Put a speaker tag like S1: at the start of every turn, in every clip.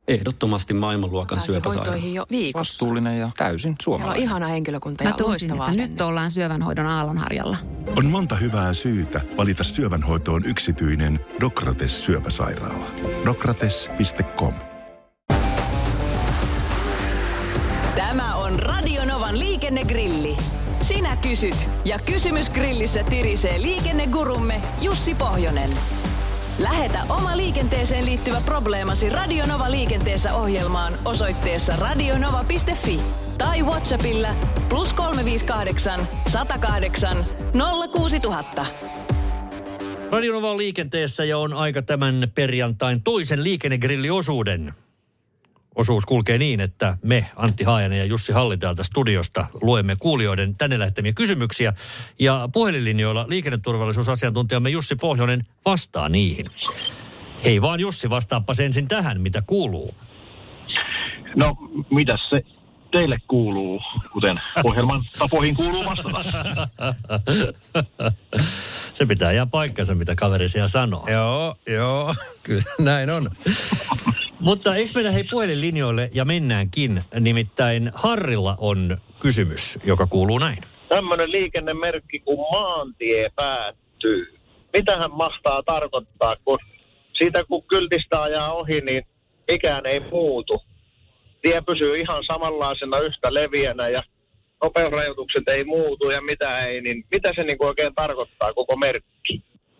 S1: Ehdottomasti maailmanluokan syöpäsairaala.
S2: Hoitoihin jo viikossa.
S3: Vastuullinen ja täysin suomalainen.
S2: Siellä on ihana henkilökunta ja loistavaa.
S4: Että nyt ollaan syövänhoidon aallonharjalla.
S5: On monta hyvää syytä valita syövänhoitoon yksityinen Docrates syöpäsairaala. Docrates.com.
S6: Tämä on Radio Novan liikennegrilli. Sinä kysyt ja kysymys grillissä tirisee liikennegurumme Jussi Pohjonen. Lähetä oma liikenteeseen liittyvä probleemasi Radio Nova liikenteessä -ohjelmaan osoitteessa radionova.fi tai WhatsAppilla +358 108 06000.
S7: Radio Nova on liikenteessä ja on aika tämän perjantain toisen liikennegrilliosuuden. Osuus kulkee niin, että me, Antti Haajanen ja Jussi Halli täältä studiosta, luemme kuulijoiden tänne lähettämiä kysymyksiä. Ja puhelinlinjoilla liikenneturvallisuusasiantuntijamme Jussi Pohjonen vastaa niihin. Hei vaan Jussi, vastaappas ensin tähän, mitä kuuluu.
S8: No, mitäs se teille kuuluu, kuten ohjelman tapoihin kuuluu vastata?
S7: Se pitää jää paikkansa, mitä kaveri siellä sanoo.
S9: Joo, kyllä näin on.
S7: Mutta eikö mennä puhelinlinjoille ja mennäänkin? Nimittäin Harrilla on kysymys, joka kuuluu näin.
S10: Tämmöinen liikennemerkki kuin maantie päättyy. Mitähän mahtaa tarkoittaa, kun siitä kun kyltistä ajaa ohi, niin mikään ei muutu. Tie pysyy ihan samanlaisena yhtä leviänä ja nopeusrajoitukset ei muutu ja mitä ei, niin mitä se niin kuin oikein tarkoittaa koko merkki?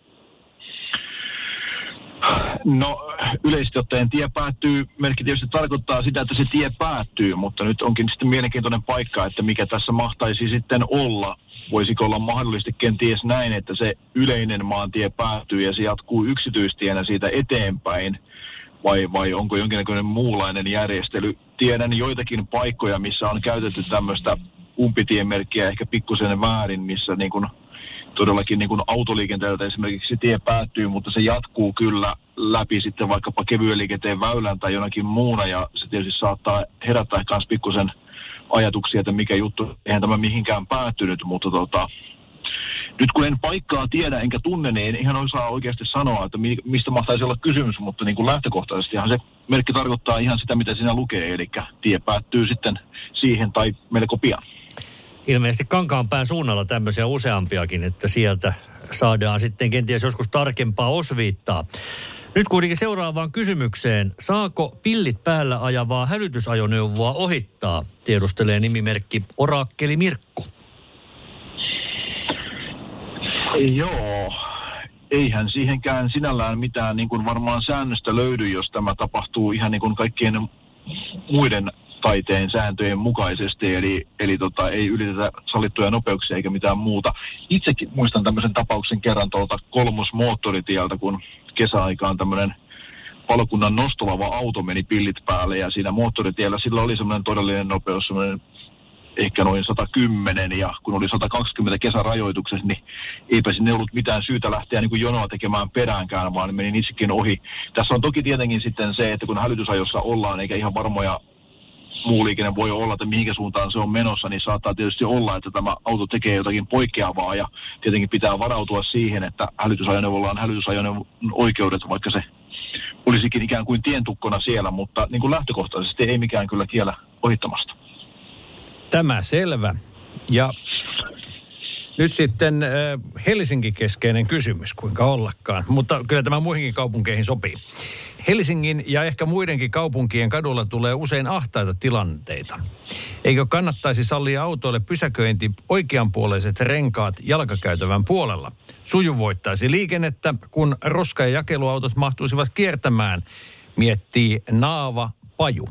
S8: No yleisesti ottaen tie päättyy, merkki tietysti tarkoittaa sitä, että se tie päättyy, mutta nyt onkin sitten mielenkiintoinen paikka, että mikä tässä mahtaisi sitten olla. Voisiko olla mahdollisesti kenties näin, että se yleinen maantie päättyy ja se jatkuu yksityistienä siitä eteenpäin, vai onko jonkinlainen muunlainen järjestely? Tiedän joitakin paikkoja, missä on käytetty tämmöistä umpitiemerkkiä ehkä pikkusen väärin, missä niin kuin todellakin niin kuin autoliikenteeltä esimerkiksi se tie päättyy, mutta se jatkuu kyllä läpi sitten vaikkapa kevyen liikenteen väylän tai jonakin muuna, ja se tietysti saattaa herättää myös pikkusen ajatuksia, että mikä juttu, eihän tämä mihinkään päättynyt, mutta nyt kun en paikkaa tiedä enkä tunne, niin en ihan osaa oikeasti sanoa, että mistä mahtaisi olla kysymys, mutta niin kuin lähtökohtaisestihan se merkki tarkoittaa ihan sitä, mitä siinä lukee, eli tie päättyy sitten siihen tai melko pian.
S7: Ilmeisesti Kankaanpään suunnalla tämmöisiä useampiakin, että sieltä saadaan sitten kenties joskus tarkempaa osviittaa. Nyt kuitenkin seuraavaan kysymykseen. Saako pillit päällä ajavaa hälytysajoneuvoa ohittaa? Tiedustelee nimimerkki Orakkeli Mirkku.
S8: Joo, eihän siihenkään sinällään mitään niin kuin varmaan säännöstä löydy, jos tämä tapahtuu ihan niin kuin kaikkien muiden taiteen sääntöjen mukaisesti, eli ei ylitetä sallittuja nopeuksia eikä mitään muuta. Itsekin muistan tämmöisen tapauksen kerran tuolta Kolmos-moottoritieltä, kun kesäaikaan tämmöinen palokunnan nostolava auto meni pillit päälle, ja siinä moottoritiellä sillä oli semmoinen todellinen nopeus, semmoinen ehkä noin 110, ja kun oli 120 kesärajoituksessa, niin eipä sinne ollut mitään syytä lähteä niin kuin jonoa tekemään peräänkään, vaan menin itsekin ohi. Tässä on toki tietenkin sitten se, että kun hälytysajossa ollaan, eikä ihan varmoja muu liikenne voi olla, että mihinkä suuntaan se on menossa, niin saattaa tietysti olla, että tämä auto tekee jotakin poikkeavaa, ja tietenkin pitää varautua siihen, että hälytysajoneuvolla on hälytysajoneuvon oikeudet, vaikka se olisikin ikään kuin tientukkona siellä, mutta niin kuin lähtökohtaisesti ei mikään kyllä kiellä ohittamasta.
S9: Tämä selvä. Ja nyt sitten Helsinki-keskeinen kysymys, kuinka ollakaan. Mutta kyllä tämä muihinkin kaupunkeihin sopii. Helsingin ja ehkä muidenkin kaupunkien kadulla tulee usein ahtaita tilanteita. Eikö kannattaisi sallia autoille pysäköinti oikeanpuoleiset renkaat jalkakäytävän puolella? Sujuvoittaisi liikennettä, kun roska- ja jakeluautot mahtuisivat kiertämään, miettii Naava Paju.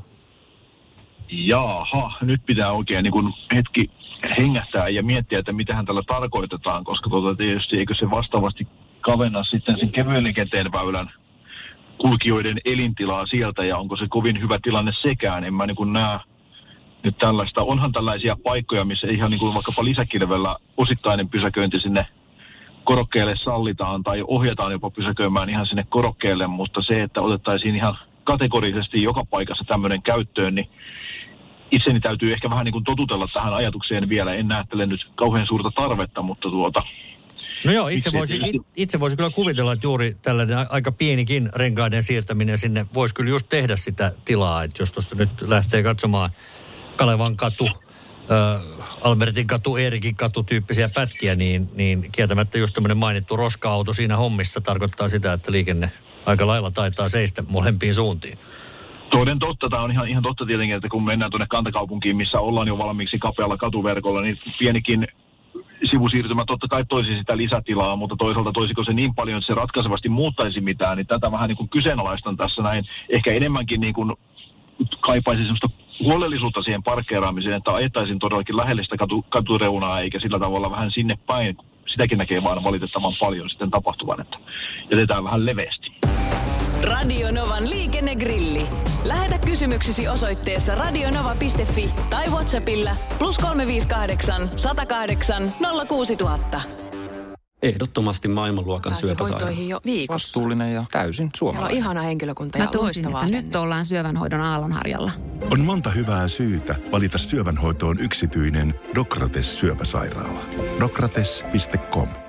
S8: Jaha, nyt pitää oikein niin kuin hetki hengähtää ja miettiä, että mitähän tällä tarkoitetaan, koska tietysti eikö se vastaavasti kavenna sitten sen kevyen liikenteen väylän kulkijoiden elintilaa sieltä, ja onko se kovin hyvä tilanne sekään. En mä niin kuin näe nyt tällaista. Onhan tällaisia paikkoja, missä ihan niin kuin vaikkapa lisäkilvellä osittainen pysäköinti sinne korokkeelle sallitaan tai ohjataan jopa pysäköimään ihan sinne korokkeelle, mutta se, että otettaisiin ihan kategorisesti joka paikassa tämmöinen käyttöön, niin itseni täytyy ehkä vähän niin kuin totutella tähän ajatukseen vielä. En näe nyt kauhean suurta tarvetta, mutta
S7: No joo, itse voisi kyllä kuvitella, että juuri tällainen aika pienikin renkaiden siirtäminen sinne voisi kyllä just tehdä sitä tilaa, että jos tuosta nyt lähtee katsomaan Kalevan katu, Albertin katu, Eerikin katu tyyppisiä pätkiä, niin kieltämättä just tämmöinen mainittu roska-auto siinä hommissa tarkoittaa sitä, että liikenne aika lailla taitaa seistä molempiin suuntiin.
S8: Toden totta, tämä on ihan totta tietenkin, että kun mennään tuonne kantakaupunkiin, missä ollaan jo valmiiksi kapealla katuverkolla, niin pienikin sivusiirtymä totta kai toisi sitä lisätilaa, mutta toisaalta toisiko se niin paljon, että se ratkaisevasti muuttaisi mitään, niin tätä vähän niin kuin kyseenalaistan tässä näin. Ehkä enemmänkin niin kuin kaipaisin semmoista huolellisuutta siihen parkkeeraamiseen, että ajettaisiin todellakin lähelle sitä katureunaa, eikä sillä tavalla vähän sinne päin. Sitäkin näkee vaan valitettavan paljon sitten tapahtuvan, että jätetään vähän leveästi.
S6: Radio Novan liikennegrilli. Lähetä kysymyksesi osoitteessa radionova.fi tai WhatsAppilla +358 108 06000.
S1: Ehdottomasti maailmanluokan syöpäsairaala.
S2: Jo viikossa.
S3: Vastuullinen ja täysin suomalainen.
S2: Siellä on ihana henkilökunta ja loistavaa
S4: että nyt ollaan syövänhoidon aallonharjalla.
S5: On monta hyvää syytä valita syövänhoitoon yksityinen Docrates syöpäsairaala. Docrates.com